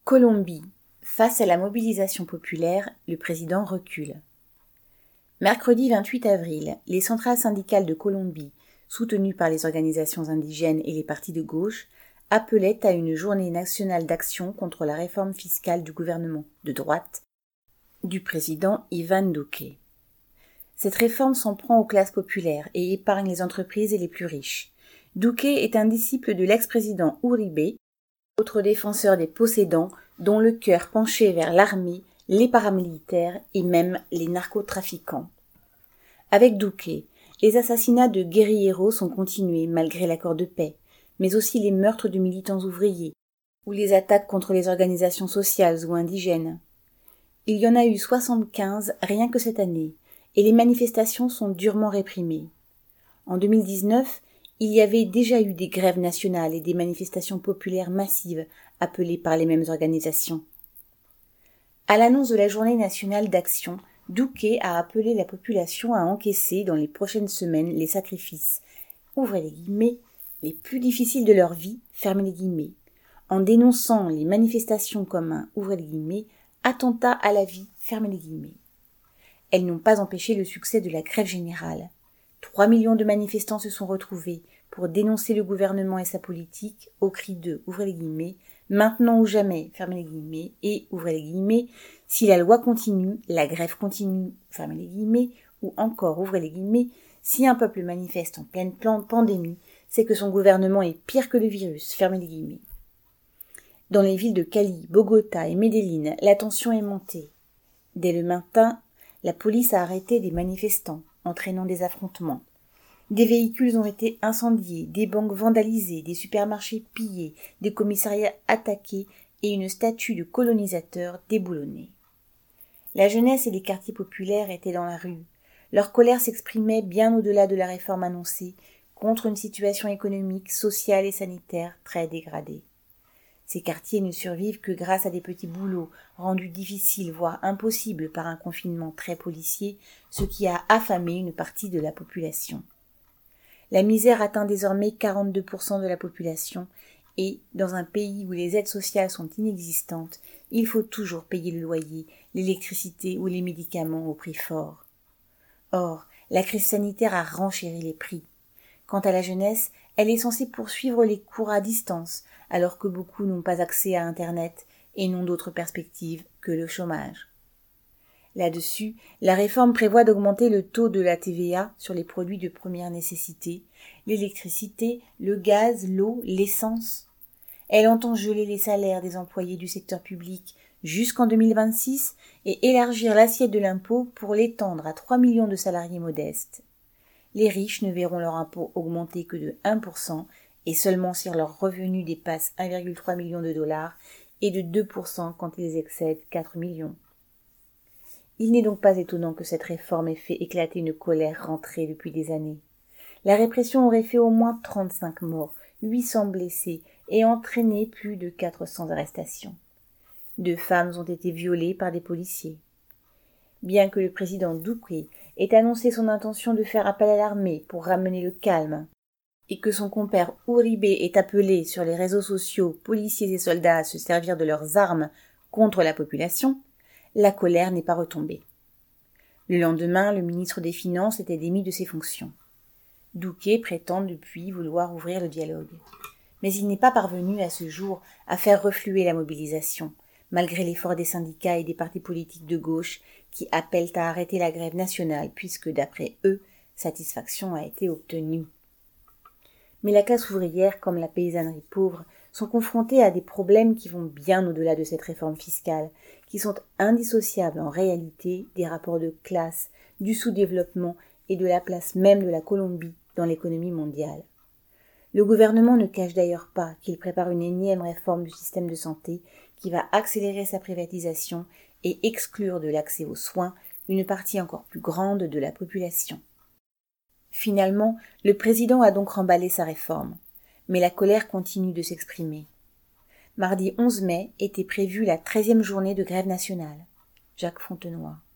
Colombie. Face à la mobilisation populaire, le président recule. Mercredi 28 avril, les centrales syndicales de Colombie, soutenues par les organisations indigènes et les partis de gauche, appelaient à une journée nationale d'action contre la réforme fiscale du gouvernement de droite du président Iván Duque. Cette réforme s'en prend aux classes populaires et épargne les entreprises et les plus riches. Duque est un disciple de l'ex-président Uribe, autre défenseur des possédants, dont le cœur penchait vers l'armée, les paramilitaires et même les narcotrafiquants. Avec Duque, les assassinats de guérilleros sont continués malgré l'accord de paix, mais aussi les meurtres de militants ouvriers ou les attaques contre les organisations sociales ou indigènes. Il y en a eu 75 rien que cette année, et les manifestations sont durement réprimées. En 2019, il y avait déjà eu des grèves nationales et des manifestations populaires massives appelées par les mêmes organisations. À l'annonce de la journée nationale d'action, Duque a appelé la population à encaisser dans les prochaines semaines les sacrifices, ouvrez les guillemets, les plus difficiles de leur vie, fermez les guillemets, en dénonçant les manifestations comme un, ouvrez les guillemets, attentat à la vie, fermez les guillemets. Elles n'ont pas empêché le succès de la grève générale. 3 millions de manifestants se sont retrouvés pour dénoncer le gouvernement et sa politique au cri de, ouvrez les guillemets, maintenant ou jamais, fermez les guillemets, et, ouvrez les guillemets, si la loi continue, la grève continue, fermez les guillemets, ou encore, ouvrez les guillemets, si un peuple manifeste en pleine pandémie, c'est que son gouvernement est pire que le virus, fermez les guillemets. Dans les villes de Cali, Bogota et Medellín, la tension est montée. Dès le matin, la police a arrêté des manifestants, entraînant des affrontements. Des véhicules ont été incendiés, des banques vandalisées, des supermarchés pillés, des commissariats attaqués et une statue de colonisateur déboulonnée. La jeunesse et les quartiers populaires étaient dans la rue. Leur colère s'exprimait bien au-delà de la réforme annoncée, contre une situation économique, sociale et sanitaire très dégradée. Ces quartiers ne survivent que grâce à des petits boulots, rendus difficiles, voire impossibles par un confinement très policier, ce qui a affamé une partie de la population. La misère atteint désormais 42% de la population et, dans un pays où les aides sociales sont inexistantes, il faut toujours payer le loyer, l'électricité ou les médicaments au prix fort. Or, la crise sanitaire a renchéri les prix. Quant à la jeunesse, elle est censée poursuivre les cours à distance, alors que beaucoup n'ont pas accès à Internet et n'ont d'autres perspectives que le chômage. Là-dessus, la réforme prévoit d'augmenter le taux de la TVA sur les produits de première nécessité, l'électricité, le gaz, l'eau, l'essence. Elle entend geler les salaires des employés du secteur public jusqu'en 2026 et élargir l'assiette de l'impôt pour l'étendre à 3 millions de salariés modestes. Les riches ne verront leur impôt augmenter que de 1% et seulement si leurs revenus dépassent 1,3 million de dollars et de 2% quand ils excèdent 4 millions. Il n'est donc pas étonnant que cette réforme ait fait éclater une colère rentrée depuis des années. La répression aurait fait au moins 35 morts, 800 blessés et entraîné plus de 400 arrestations. 2 femmes ont été violées par des policiers. Bien que le président Duque ait annoncé son intention de faire appel à l'armée pour ramener le calme, et que son compère Uribe ait appelé sur les réseaux sociaux policiers et soldats à se servir de leurs armes contre la population, la colère n'est pas retombée. Le lendemain, le ministre des Finances était démis de ses fonctions. Duque prétend depuis vouloir ouvrir le dialogue. Mais il n'est pas parvenu à ce jour à faire refluer la mobilisation, malgré l'effort des syndicats et des partis politiques de gauche qui appellent à arrêter la grève nationale puisque, d'après eux, satisfaction a été obtenue. Mais la classe ouvrière, comme la paysannerie pauvre, sont confrontées à des problèmes qui vont bien au-delà de cette réforme fiscale, qui sont indissociables en réalité des rapports de classe, du sous-développement et de la place même de la Colombie dans l'économie mondiale. Le gouvernement ne cache d'ailleurs pas qu'il prépare une énième réforme du système de santé qui va accélérer sa privatisation et exclure de l'accès aux soins une partie encore plus grande de la population. Finalement, le président a donc remballé sa réforme, mais la colère continue de s'exprimer. Mardi 11 mai était prévue la 13e journée de grève nationale. Jacques Fontenoy.